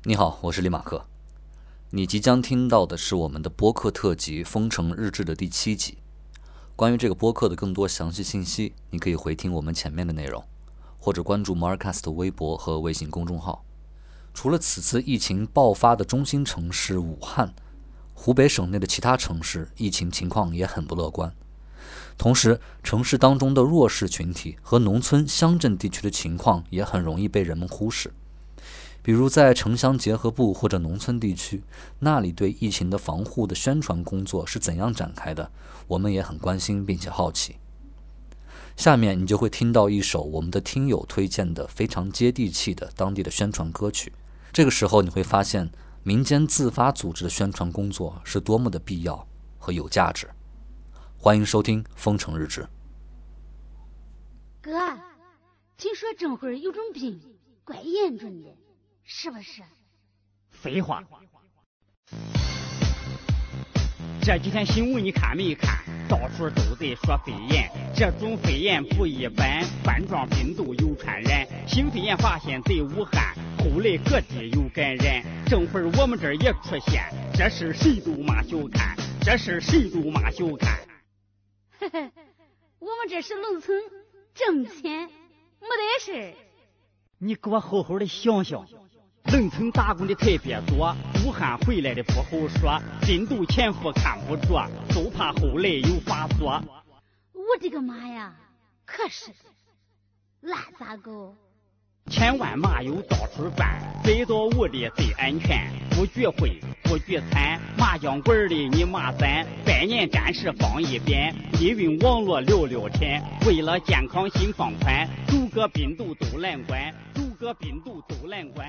你好，我是李马克。你即将听到的是我们的播客特辑《封城日志》的第7集。关于这个播客的更多详细信息，你可以回听我们前面的内容，或者关注 Marcast 的微博和微信公众号。除了此次疫情爆发的中心城市武汉，湖北省内的其他城市疫情情况也很不乐观。同时，城市当中的弱势群体和农村乡镇地区的情况也很容易被人们忽视。比如在城乡结合部或者农村地区，那里对疫情的防护的宣传工作是怎样展开的，我们也很关心并且好奇。下面你就会听到一首我们的听友推荐的非常接地气的当地的宣传歌曲。这个时候你会发现，民间自发组织的宣传工作是多么的必要和有价值。欢迎收听《封城日志》。 哥，听说这会儿有种病怪严重的，是不是？ 废话。这几天新闻你看没看？到处都在说肺炎，这种肺炎不一般，冠状病毒有传染。新肺炎发现在武汉，后来各地有感染，正会儿我们这儿也出现，这事谁都马小看，这事谁都马小看。 嘿嘿，我们这是农村，挣钱没得事。 你给我好好的想想，农村打工的特别多，武汉回来的不好说，病毒潜伏看不着，都怕后来有发作。 我的个妈呀，可是的，那咋搞？ 千万马友到处转，回到屋里最安全，不聚会不聚餐，麻将馆里你骂咱，拜年战士放一边，利用网络聊聊天，为了健康心放宽，逐个病毒都难关，逐个病毒都难关。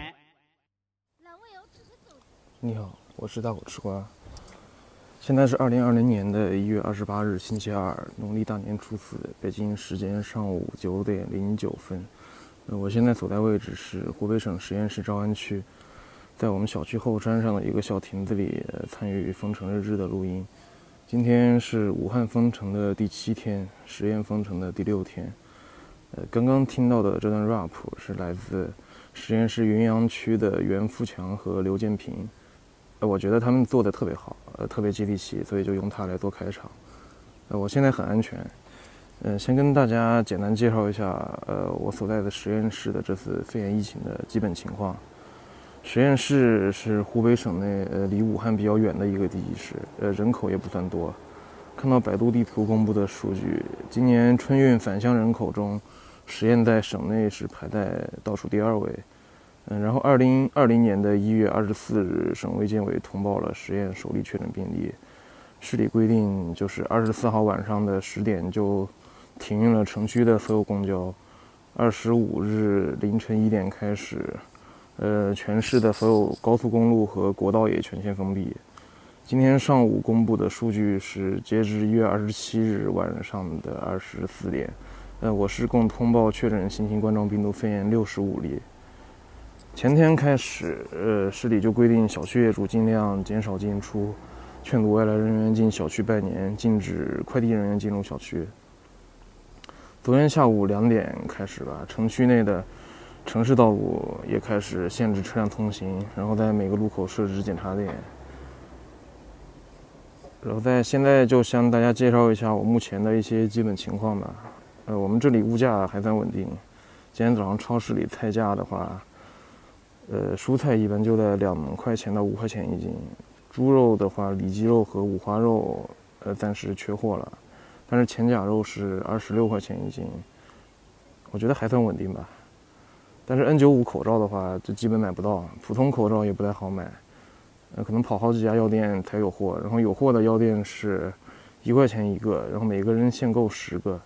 你好，我是大口吃瓜。现在是2020年的1月28日星期二，农历大年初4，北京时间上午9点09分。我现在所在位置是湖北省十堰市诏安区，在我们小区后山上的一个小亭子里参与封城日志的录音。今天是武汉封城的第7天，十堰封城的第6天。刚刚听到的这段 rap 是来自十堰市云阳区的袁富强和刘建平。我觉得他们做的特别好，特别接地气，所以就用它来做开场。我现在很安全。先跟大家简单介绍一下，我所在的十堰市的这次肺炎疫情的基本情况。十堰市是湖北省内离武汉比较远的一个地级市，人口也不算多。看到百度地图公布的数据，今年春运返乡人口中，十堰在省内是排在倒数第2位。然后2020年的1月24日，省卫健委通报了十堰首例确诊病例。市里规定，就是24号晚上的10点就停运了城区的所有公交。25日凌晨1点开始，全市的所有高速公路和国道也全线封闭。今天上午公布的数据是，截至1月27日晚上的24点，我市共通报确诊新型冠状病毒肺炎65例。前天开始，市里就规定小区业主尽量减少进出，劝阻外来人员进小区拜年，禁止快递人员进入小区。昨天下午2点开始吧，城区内的城市道路也开始限制车辆通行，然后在每个路口设置检查点。然后现在就向大家介绍一下我目前的一些基本情况吧。我们这里物价还算稳定。今天早上超市里菜价的话，蔬菜一般就在2块钱到5块钱一斤，猪肉的话，里脊肉和五花肉，暂时缺货了，但是前甲肉是26块钱一斤，我觉得还算稳定吧。但是 N95 口罩的话，就基本买不到，普通口罩也不太好买，可能跑好几家药店才有货，然后有货的药店是1块钱一个，然后每个人限购10个。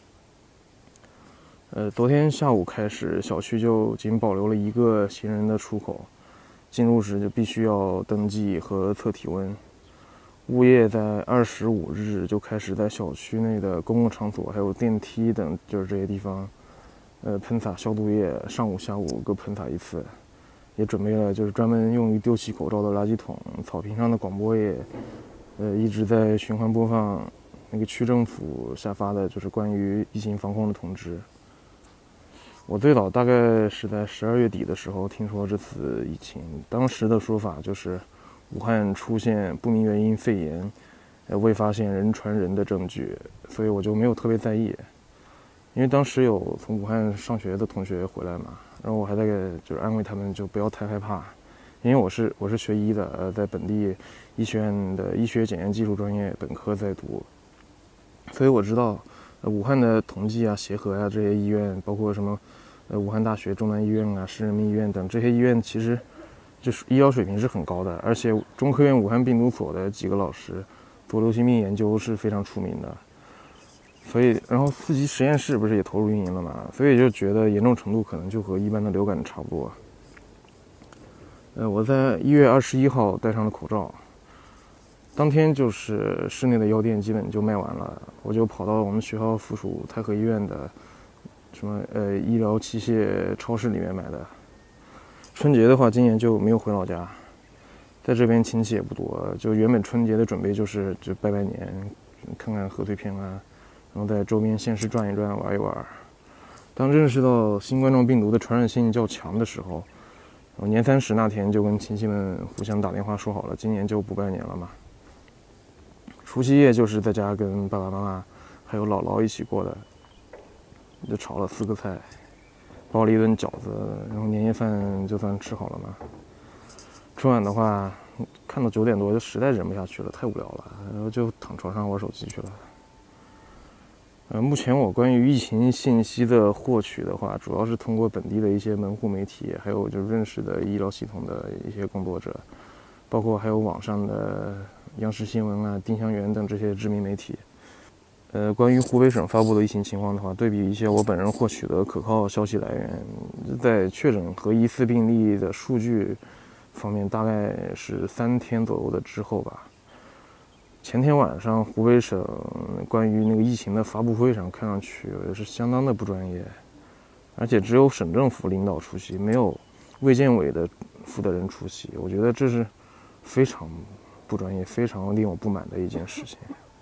昨天下午开始，小区就仅保留了1个行人的出口，进入时就必须要登记和测体温。物业在25日就开始在小区内的公共场所还有电梯等就是这些地方，喷洒消毒液，上午下午各喷洒1次，也准备了就是专门用于丢弃口罩的垃圾桶，草坪上的广播也，一直在循环播放那个区政府下发的就是关于疫情防控的通知。 我最早大概是在12月底的时候听说这次疫情，当时的说法就是武汉出现不明原因肺炎，未发现人传人的证据，所以我就没有特别在意。因为当时有从武汉上学的同学回来嘛，然后我还在就是安慰他们就不要太害怕，因为我是学医的，在本地医学院的医学检验技术专业本科在读，所以我知道，武汉的同济啊、协和啊这些医院，包括什么，武汉大学中南医院啊、市人民医院等这些医院，其实就是医疗水平是很高的，而且中科院武汉病毒所的几个老师做流行病研究是非常出名的。所以，然后4级实验室不是也投入运营了嘛？所以就觉得严重程度可能就和一般的流感差不多。我在1月21号戴上了口罩，当天就是市内的药店基本就卖完了，我就跑到我们学校附属太和医院的什么医疗器械超市里面买的。春节的话，今年就没有回老家，在这边亲戚也不多，就原本春节的准备就是就拜拜年，看看贺岁片啊。然后在周边县市转一转，玩一玩。当认识到新冠状病毒的传染性较强的时候，年30那天就跟亲戚们互相打电话说好了，今年就不拜年了嘛。除夕夜就是在家跟爸爸妈妈还有姥姥一起过的，就炒了4个菜，包了一顿饺子，然后年夜饭就算吃好了嘛。春晚的话，看到9点多就实在忍不下去了，太无聊了，然后就躺床上玩手机去了。目前我关于疫情信息的获取的话，主要是通过本地的一些门户媒体，还有就认识的医疗系统的一些工作者，包括还有网上的央视新闻啊、丁香园等这些知名媒体。关于湖北省发布的疫情情况的话，对比一些我本人获取的可靠消息来源，在确诊和疑似病例的数据方面，大概是3天左右的之后吧。前天晚上，湖北省关于那个疫情的发布会上，看上去是相当的不专业，而且只有省政府领导出席，没有卫健委的负责人出席。我觉得这是非常不专业、非常令我不满的一件事情。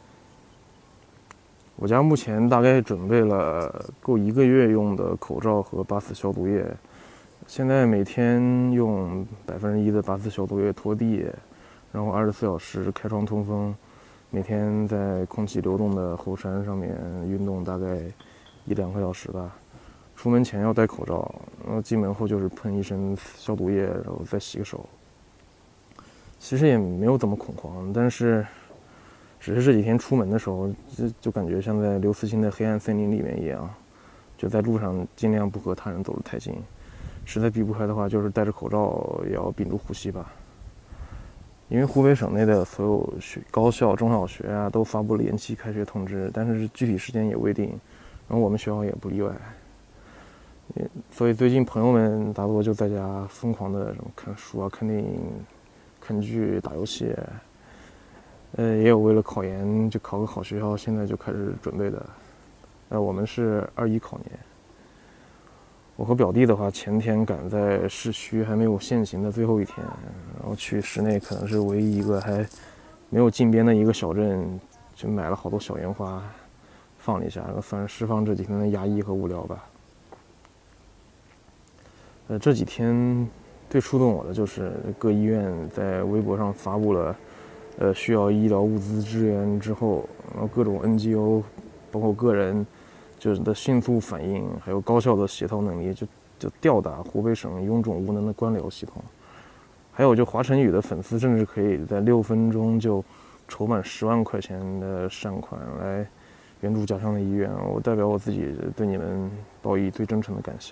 我家目前大概准备了够1个月用的口罩和8次消毒液，现在每天用1%的8次消毒液拖地，然后24小时开窗通风。每天在空气流动的后山上面运动大概1-2个小时吧，出门前要戴口罩，然后进门后就是喷一身消毒液，然后再洗个手。其实也没有怎么恐慌，但是只是这几天出门的时候就感觉像在刘慈欣的黑暗森林里面一样，就在路上尽量不和他人走得太近，实在避不开的话就是戴着口罩也要屏住呼吸吧。因为湖北省内的所有高校、中小学啊都发布了延期开学通知，但是具体时间也未定，然后我们学校也不例外。所以最近朋友们大多就在家疯狂的什么看书啊、看电影、看剧、打游戏，也有为了考研就考个好学校，现在就开始准备的。我们是21考年。我和表弟的话，前天赶在市区还没有限行的最后一天，然后去市内可能是唯一一个还没有禁鞭的一个小镇，就买了好多小烟花，放了一下，然后算是释放这几天的压抑和无聊吧。这几天最触动我的就是各医院在微博上发布了，需要医疗物资支援之后，然后各种 NGO， 包括个人。就是的迅速反应，还有高效的协调能力，就吊打湖北省臃肿无能的官僚系统。还有就华晨宇的粉丝，甚至可以在6分钟就筹满10万块钱的善款来援助家乡的医院。我代表我自己对你们报以最真诚的感谢。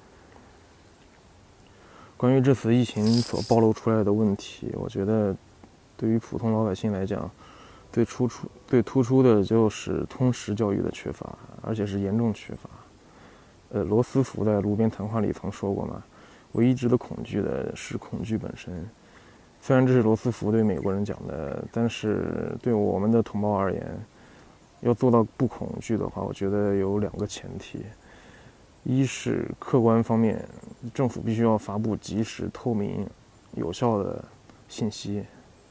关于这次疫情所暴露出来的问题，我觉得对于普通老百姓来讲，最突出的就是通识教育的缺乏，而且是严重缺乏。罗斯福在路边谈话里曾说过嘛，唯一值得恐惧的是恐惧本身。虽然这是罗斯福对美国人讲的，但是对我们的同胞而言，要做到不恐惧的话，我觉得有2个前提。一是客观方面，政府必须要发布及时、透明、有效的信息，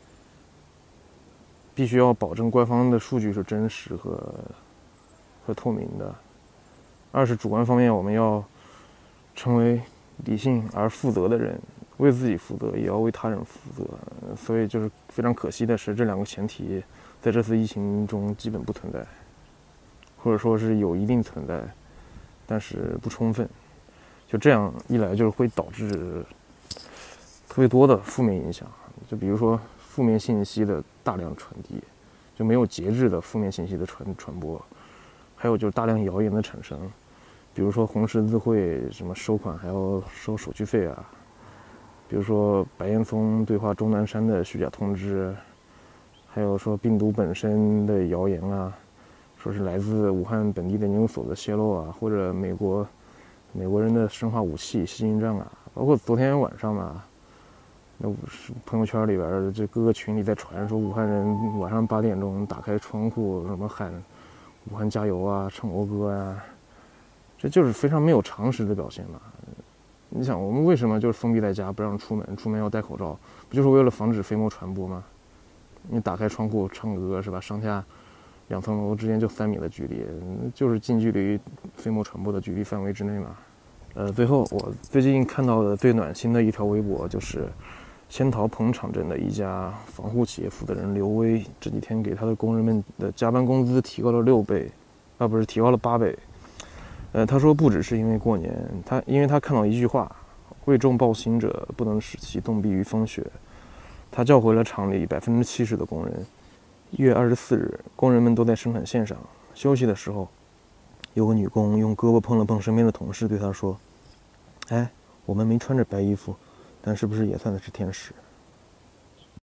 必须要保证官方的数据是真实和透明的。2是主观方面，我们要成为理性而负责的人，为自己负责，也要为他人负责。所以就是非常可惜的是，这两个前提在这次疫情中基本不存在，或者说是有一定存在，但是不充分。就这样一来，就是会导致特别多的负面影响。就比如说负面信息的大量传递，就没有节制的负面信息的传播，还有就是大量谣言的产生。比如说红十字会什么收款还要收手续费啊，比如说白岩松对话钟南山的虚假通知，还有说病毒本身的谣言啊，说是来自武汉本地的研究所的泄露啊，或者美国人的生化武器细菌战啊，包括昨天晚上嘛，那朋友圈里边这各个群里在传说武汉人晚上8点钟打开窗户什么喊武汉加油啊，唱国歌啊，这就是非常没有常识的表现嘛。你想我们为什么就是封闭在家不让出门，出门要戴口罩，不就是为了防止飞沫传播吗？你打开窗户唱歌是吧，上下2层楼之间就3米的距离，就是近距离飞沫传播的距离范围之内嘛。最后我最近看到的最暖心的一条微博，就是仙桃棚场镇的一家防护企业负责人刘威这几天给他的工人们的加班工资提高了6倍，不是提高了8倍。他说不只是因为过年，因为他看到一句话，贵重报薪者不能使其冻毙于风雪。他叫回了厂里70%的工人。1月24日，工人们都在生产线上休息的时候，有个女工用胳膊碰了碰身边的同事，对他说：“哎，我们没穿着白衣服，但是不是也算的是天使？”